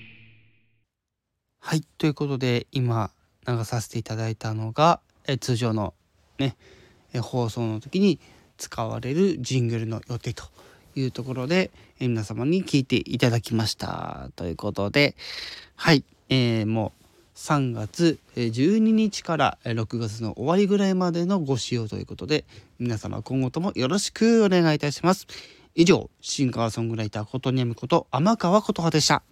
はい、ということで今流させていただいたのが通常のね放送の時に使われるジングルの予定というところで皆様に聞いていただきましたということで、はい、もう3月12日から6月の終わりぐらいまでのご使用ということで、皆様今後ともよろしくお願いいたします。以上、シンガーソングライターことにゃむこと天川琴葉でした。